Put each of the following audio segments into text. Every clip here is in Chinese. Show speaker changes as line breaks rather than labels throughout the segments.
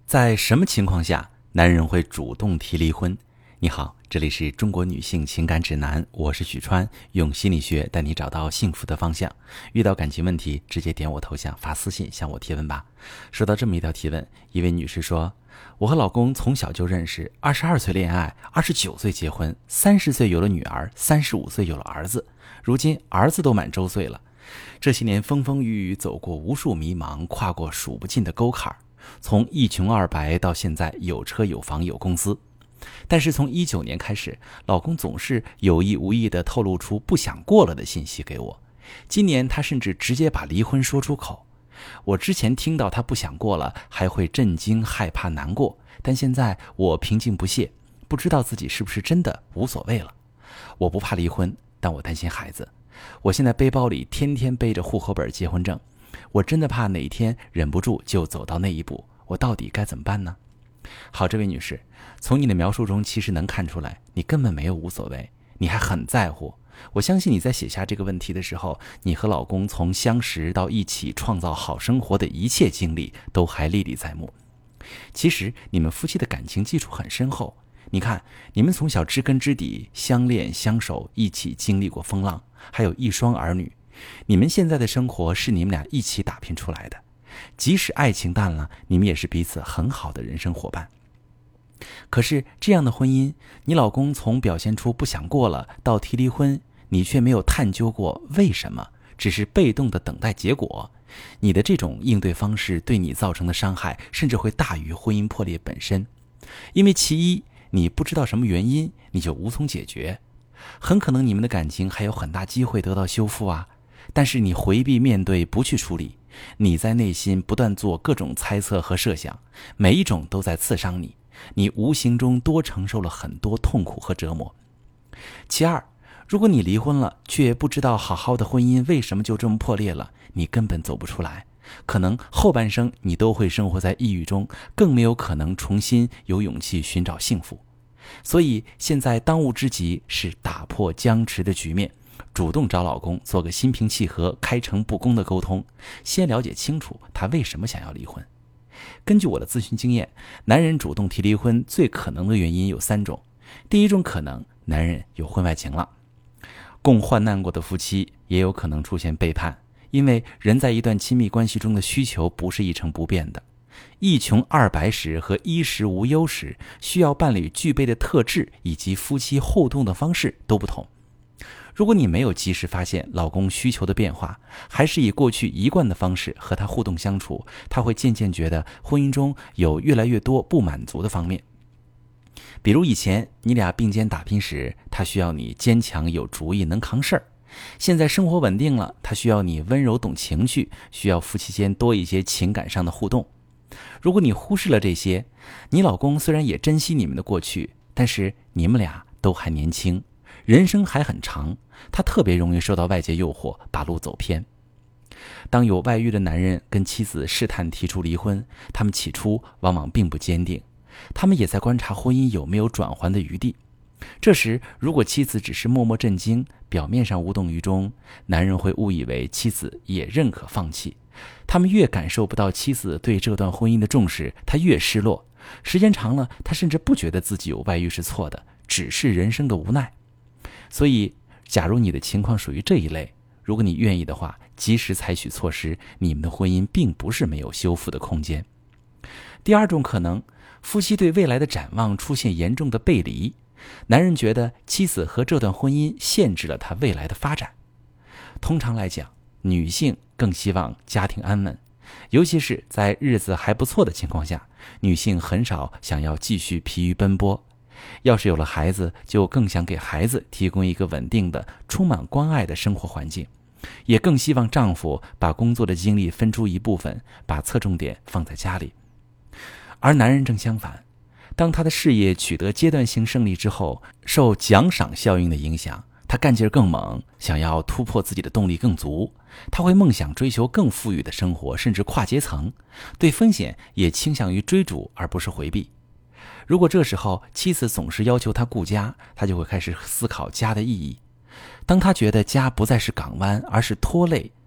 在什么情况下男人会主动提离婚？你好，这里是中国女性情感指南，我是许川，用心理学带你找到幸福的方向。遇到感情问题，直接点我头像发私信向我提问吧。收到这么一条提问，一位女士说，我和老公从小就认识，22岁恋爱，29岁结婚，30岁有了女儿，35岁有了儿子，如今儿子都满周岁了。这些年风风雨雨，走过无数迷茫，跨过数不尽的沟坎，从一穷二白到现在有车有房有公司。但是从19年开始，老公总是有意无意地透露出不想过了的信息给我。今年他甚至直接把离婚说出口。我之前听到他不想过了，还会震惊、害怕、难过，但现在我平静不懈，不知道自己是不是真的无所谓了。我不怕离婚，但我担心孩子。我现在背包里天天背着户口本、结婚证，我真的怕哪一天忍不住就走到那一步，我到底该怎么办呢？好，这位女士，从你的描述中其实能看出来，你根本没有无所谓，你还很在乎。我相信你在写下这个问题的时候，你和老公从相识到一起创造好生活的一切经历都还历历在目。其实你们夫妻的感情基础很深厚，你看，你们从小知根知底，相恋相守，一起经历过风浪，还有一双儿女。你们现在的生活是你们俩一起打拼出来的，即使爱情淡了，你们也是彼此很好的人生伙伴。可是这样的婚姻，你老公从表现出不想过了到提离婚，你却没有探究过为什么，只是被动的等待结果。你的这种应对方式对你造成的伤害，甚至会大于婚姻破裂本身。因为其一，你不知道什么原因，你就无从解决。很可能你们的感情还有很大机会得到修复啊，但是你回避面对，不去处理，你在内心不断做各种猜测和设想，每一种都在刺伤你，你无形中多承受了很多痛苦和折磨。其二，如果你离婚了，却不知道好好的婚姻为什么就这么破裂了，你根本走不出来，可能后半生你都会生活在抑郁中，更没有可能重新有勇气寻找幸福。所以现在当务之急是打破僵持的局面，主动找老公做个心平气和、开诚布公的沟通，先了解清楚他为什么想要离婚。根据我的咨询经验，男人主动提离婚最可能的原因有3种。第一种可能，男人有婚外情了。共患难过的夫妻也有可能出现背叛，因为人在一段亲密关系中的需求不是一成不变的。一穷二白时和衣食无忧时，需要伴侣具备的特质以及夫妻互动的方式都不同。如果你没有及时发现老公需求的变化，还是以过去一贯的方式和他互动相处，他会渐渐觉得婚姻中有越来越多不满足的方面。比如以前你俩并肩打拼时，他需要你坚强有主意能扛事儿，现在生活稳定了，他需要你温柔懂情绪，需要夫妻间多一些情感上的互动。如果你忽视了这些，你老公虽然也珍惜你们的过去，但是你们俩都还年轻，人生还很长，他特别容易受到外界诱惑，把路走偏。当有外遇的男人跟妻子试探提出离婚，他们起初往往并不坚定，他们也在观察婚姻有没有转圜的余地。这时如果妻子只是默默震惊，表面上无动于衷，男人会误以为妻子也认可放弃。他们越感受不到妻子对这段婚姻的重视，他越失落。时间长了，他甚至不觉得自己有外遇是错的，只是人生的无奈。所以假如你的情况属于这一类，如果你愿意的话，及时采取措施，你们的婚姻并不是没有修复的空间。第二种可能，夫妻对未来的展望出现严重的背离，男人觉得妻子和这段婚姻限制了他未来的发展。通常来讲，女性更希望家庭安稳，尤其是在日子还不错的情况下，女性很少想要继续疲于奔波。要是有了孩子，就更想给孩子提供一个稳定的、充满关爱的生活环境，也更希望丈夫把工作的精力分出一部分，把侧重点放在家里。而男人正相反，当他的事业取得阶段性胜利之后，受奖赏效应的影响，他干劲更猛，想要突破自己的动力更足，他会梦想追求更富裕的生活，甚至跨阶层，对风险也倾向于追逐而不是回避。如果这时候妻子总是要求他顾家，他就会开始思考家的意义。当他觉得家不再是港湾，而是拖累，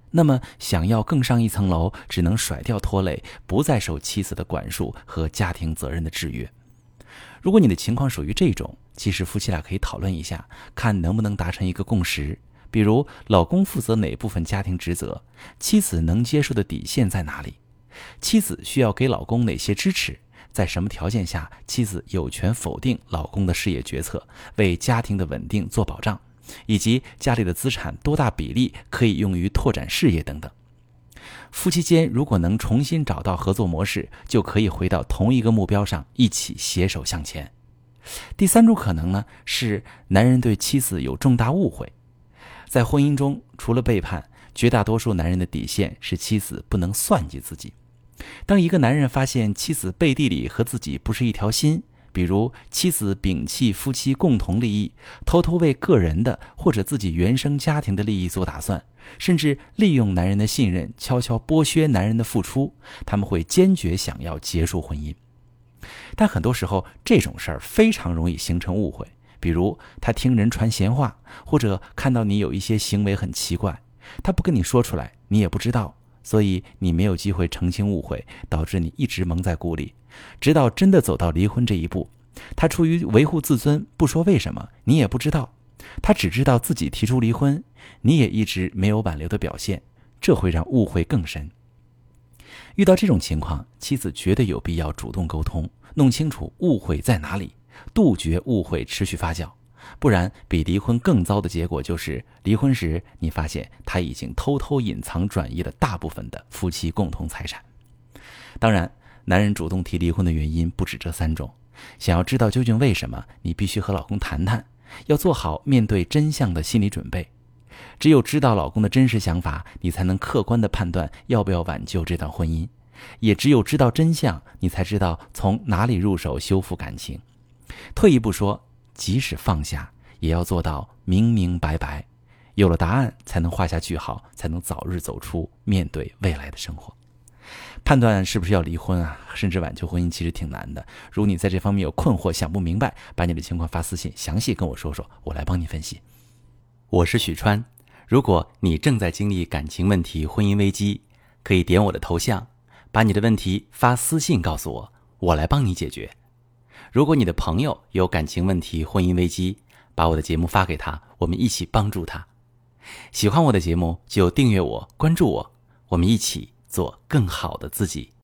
那么想要更上一层楼，只能甩掉拖累，不再受妻子的管束和家庭责任的制约。如果你的情况属于这种，其实夫妻俩可以讨论一下，看能不能达成一个共识。比如老公负责哪部分家庭职责，妻子能接受的底线在哪里，妻子需要给老公哪些支持，在什么条件下妻子有权否定老公的事业决策，为家庭的稳定做保障，以及家里的资产多大比例可以用于拓展事业等等。夫妻间如果能重新找到合作模式，就可以回到同一个目标上，一起携手向前。第三种可能呢，是男人对妻子有重大误会。在婚姻中，除了背叛，绝大多数男人的底线是妻子不能算计自己。当一个男人发现妻子背地里和自己不是一条心，比如妻子摒弃夫妻共同利益，偷偷为个人的或者自己原生家庭的利益做打算，甚至利用男人的信任，悄悄剥削男人的付出，他们会坚决想要结束婚姻。但很多时候这种事儿非常容易形成误会，比如他听人传闲话，或者看到你有一些行为很奇怪，他不跟你说出来，你也不知道，所以你没有机会澄清误会，导致你一直蒙在鼓里，直到真的走到离婚这一步，他出于维护自尊不说为什么，你也不知道，他只知道自己提出离婚，你也一直没有挽留的表现，这会让误会更深。遇到这种情况，妻子绝对有必要主动沟通，弄清楚误会在哪里，杜绝误会持续发酵。不然比离婚更糟的结果就是离婚时你发现他已经偷偷隐藏转移了大部分的夫妻共同财产。当然，男人主动提离婚的原因不止这3种，想要知道究竟为什么，你必须和老公谈谈，要做好面对真相的心理准备。只有知道老公的真实想法，你才能客观地判断要不要挽救这段婚姻。也只有知道真相，你才知道从哪里入手修复感情。退一步说，即使放下，也要做到明明白白。有了答案，才能画下句号，才能早日走出面对未来的生活。判断是不是要离婚啊，甚至挽救婚姻其实挺难的。如果你在这方面有困惑，想不明白，把你的情况发私信，详细跟我说说，我来帮你分析。我是许川，如果你正在经历感情问题、婚姻危机，可以点我的头像，把你的问题发私信告诉我，我来帮你解决。如果你的朋友有感情问题、婚姻危机，把我的节目发给他，我们一起帮助他。喜欢我的节目就订阅我、关注我，我们一起做更好的自己。